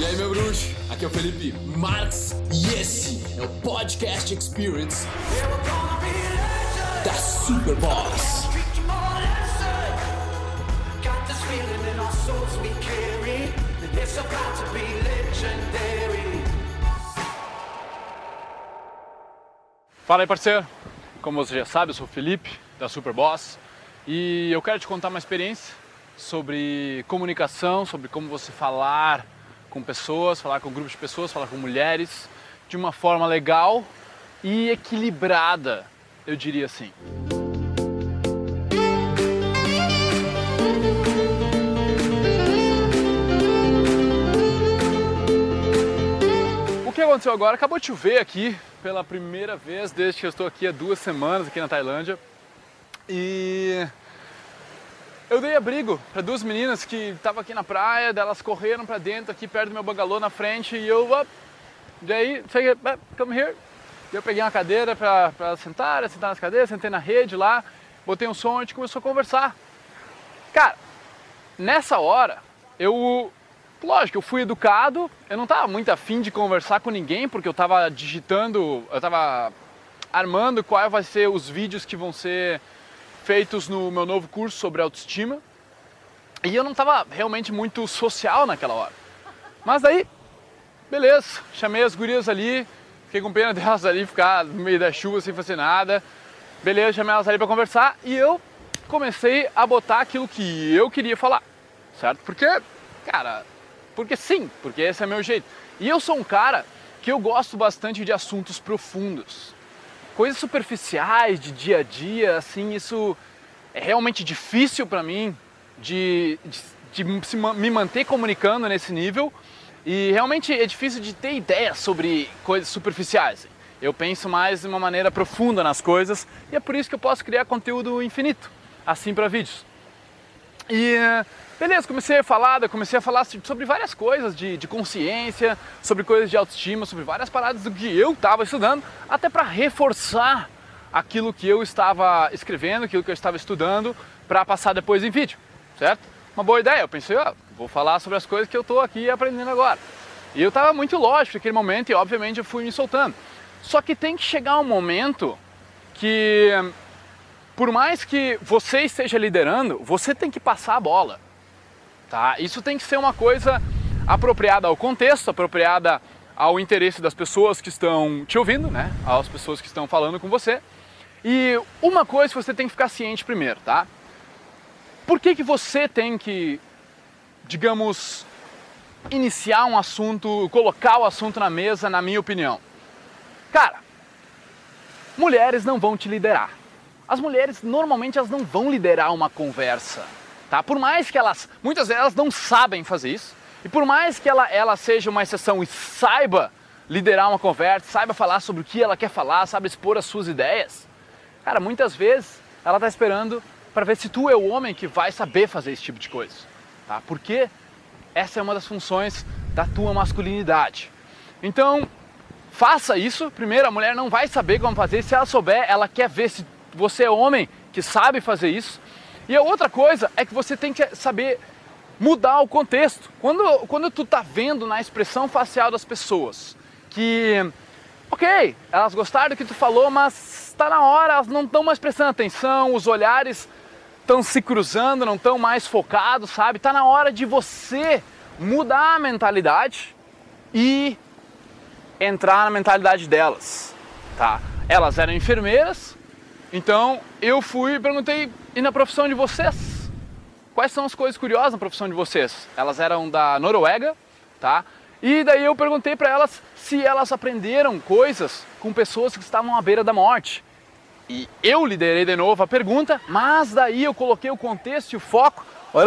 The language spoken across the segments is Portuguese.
E aí, meu bruxo? Aqui é o Felipe Marques e esse é o Podcast Experience da Super Boss. Fala aí, parceiro. Como você já sabe, eu sou o Felipe da Super Boss e eu quero te contar uma experiência sobre comunicação, sobre como você falar com pessoas, falar com grupos de pessoas, falar com mulheres de uma forma legal e equilibrada, eu diria assim. O que aconteceu agora? Acabou de chover aqui pela primeira vez desde que eu estou aqui há 2 semanas aqui na Tailândia e eu dei abrigo para 2 meninas que estavam aqui na praia, elas correram para dentro aqui perto do meu bangalô na frente e eu, daí, come here. Eu peguei uma cadeira para sentar nas cadeiras, sentei na rede lá, botei um som e a gente começou a conversar. Cara, nessa hora, lógico, eu fui educado, eu não estava muito afim de conversar com ninguém porque eu estava armando quais vai ser os vídeos que vão ser feitos no meu novo curso sobre autoestima e eu não estava realmente muito social naquela hora. Mas daí, beleza, chamei as gurias ali, fiquei com pena delas ali ficar no meio da chuva sem fazer nada. Beleza, chamei elas ali para conversar e eu comecei a botar aquilo que eu queria falar, certo? Porque sim, porque esse é meu jeito. E eu sou um cara que eu gosto bastante de assuntos profundos. Coisas superficiais, de dia a dia, assim, isso é realmente difícil para mim de me manter comunicando nesse nível e realmente é difícil de ter ideias sobre coisas superficiais. Eu penso mais de uma maneira profunda nas coisas e é por isso que eu posso criar conteúdo infinito, assim para vídeos. E beleza, comecei a falar sobre várias coisas de consciência, sobre coisas de autoestima, sobre várias paradas do que eu estava estudando, até para reforçar aquilo que eu estava escrevendo, aquilo que eu estava estudando, para passar depois em vídeo, certo? Uma boa ideia, eu pensei, vou falar sobre as coisas que eu estou aqui aprendendo agora. E eu estava muito lógico naquele momento e obviamente eu fui me soltando. Só que tem que chegar um momento que, por mais que você esteja liderando, você tem que passar a bola. Tá? Isso tem que ser uma coisa apropriada ao contexto, apropriada ao interesse das pessoas que estão te ouvindo, né? Às pessoas que estão falando com você. E uma coisa que você tem que ficar ciente primeiro, tá? Por que você tem que, digamos, iniciar um assunto, colocar o assunto na mesa, na minha opinião? Cara, mulheres não vão te liderar. As mulheres, normalmente, elas não vão liderar uma conversa. Tá? Por mais que muitas delas não sabem fazer isso, e por mais que ela seja uma exceção e saiba liderar uma conversa, saiba falar sobre o que ela quer falar, saiba expor as suas ideias, cara, muitas vezes ela está esperando para ver se tu é o homem que vai saber fazer esse tipo de coisa. Tá? Porque essa é uma das funções da tua masculinidade. Então, faça isso. Primeiro, a mulher não vai saber como fazer, se ela souber, ela quer ver se você é homem que sabe fazer isso. E a outra coisa é que você tem que saber mudar o contexto. Quando tu tá vendo na expressão facial das pessoas que, ok, elas gostaram do que tu falou, mas está na hora, elas não estão mais prestando atenção, os olhares estão se cruzando, não estão mais focados, sabe? Está na hora de você mudar a mentalidade e entrar na mentalidade delas, tá? Elas eram enfermeiras, então eu fui e perguntei, e na profissão de vocês? Quais são as coisas curiosas na profissão de vocês? Elas eram da Noruega, tá? E daí eu perguntei para elas se elas aprenderam coisas com pessoas que estavam à beira da morte. E eu liderei de novo a pergunta, mas daí eu coloquei o contexto e o foco.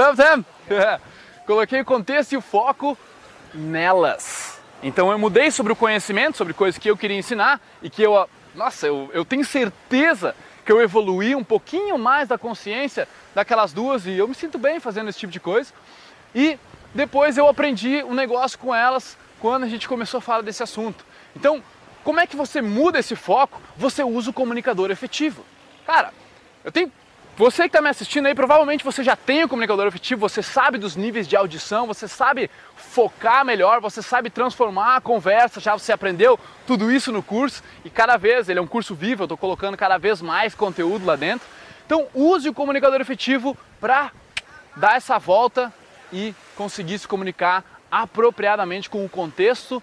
Coloquei o contexto e o foco nelas. Então eu mudei sobre o conhecimento, sobre coisas que eu queria ensinar e que eu tenho certeza que eu evoluí um pouquinho mais da consciência daquelas duas e eu me sinto bem fazendo esse tipo de coisa. E depois eu aprendi um negócio com elas quando a gente começou a falar desse assunto. Então, como é que você muda esse foco? Você usa o comunicador efetivo. Cara, eu tenho você que está me assistindo aí, provavelmente você já tem o comunicador efetivo, você sabe dos níveis de audição, você sabe focar melhor, você sabe transformar a conversa, já você aprendeu tudo isso no curso e cada vez, ele é um curso vivo, eu estou colocando cada vez mais conteúdo lá dentro. Então use o comunicador efetivo para dar essa volta e conseguir se comunicar apropriadamente com o contexto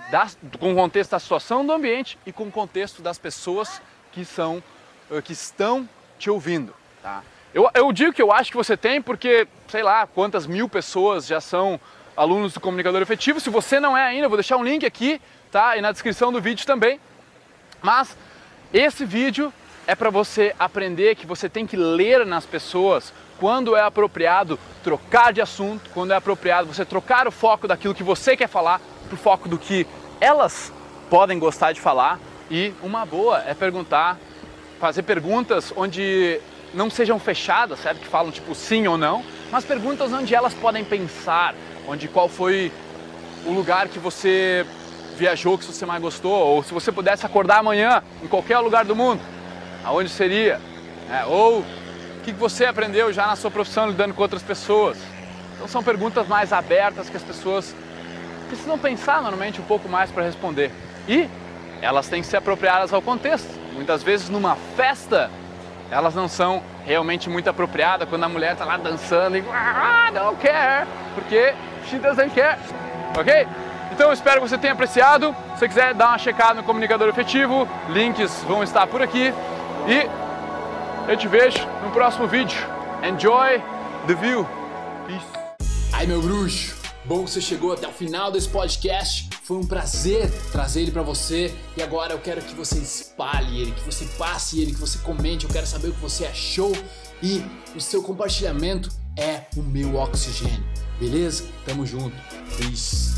da situação do ambiente e com o contexto das pessoas que estão te ouvindo. Tá? Eu digo que eu acho que você tem porque, sei lá, quantas mil pessoas já são alunos do comunicador efetivo. Se você não é ainda, eu vou deixar um link aqui, tá? E na descrição do vídeo também. Mas esse vídeo é para você aprender que você tem que ler nas pessoas quando é apropriado trocar de assunto, quando é apropriado você trocar o foco daquilo que você quer falar para o foco do que elas podem gostar de falar. E uma boa é fazer perguntas onde não sejam fechadas, certo? Que falam tipo sim ou não, mas perguntas onde elas podem pensar, qual foi o lugar que você viajou, que você mais gostou, ou se você pudesse acordar amanhã em qualquer lugar do mundo, aonde seria? Ou o que você aprendeu já na sua profissão lidando com outras pessoas? Então são perguntas mais abertas que as pessoas precisam pensar normalmente um pouco mais para responder. E elas têm que ser apropriadas ao contexto. Muitas vezes numa festa elas não são realmente muito apropriadas quando a mulher está lá dançando e don't care, porque she doesn't care, ok? Então eu espero que você tenha apreciado. Se você quiser dar uma checada no comunicador efetivo, links vão estar por aqui e eu te vejo no próximo vídeo. Enjoy the view. Peace. Ai, meu bruxo, bom que você chegou até o final desse podcast. Foi um prazer trazer ele pra você e agora eu quero que você espalhe ele, que você passe ele, que você comente. Eu quero saber o que você achou e o seu compartilhamento é o meu oxigênio, beleza? Tamo junto. Peace.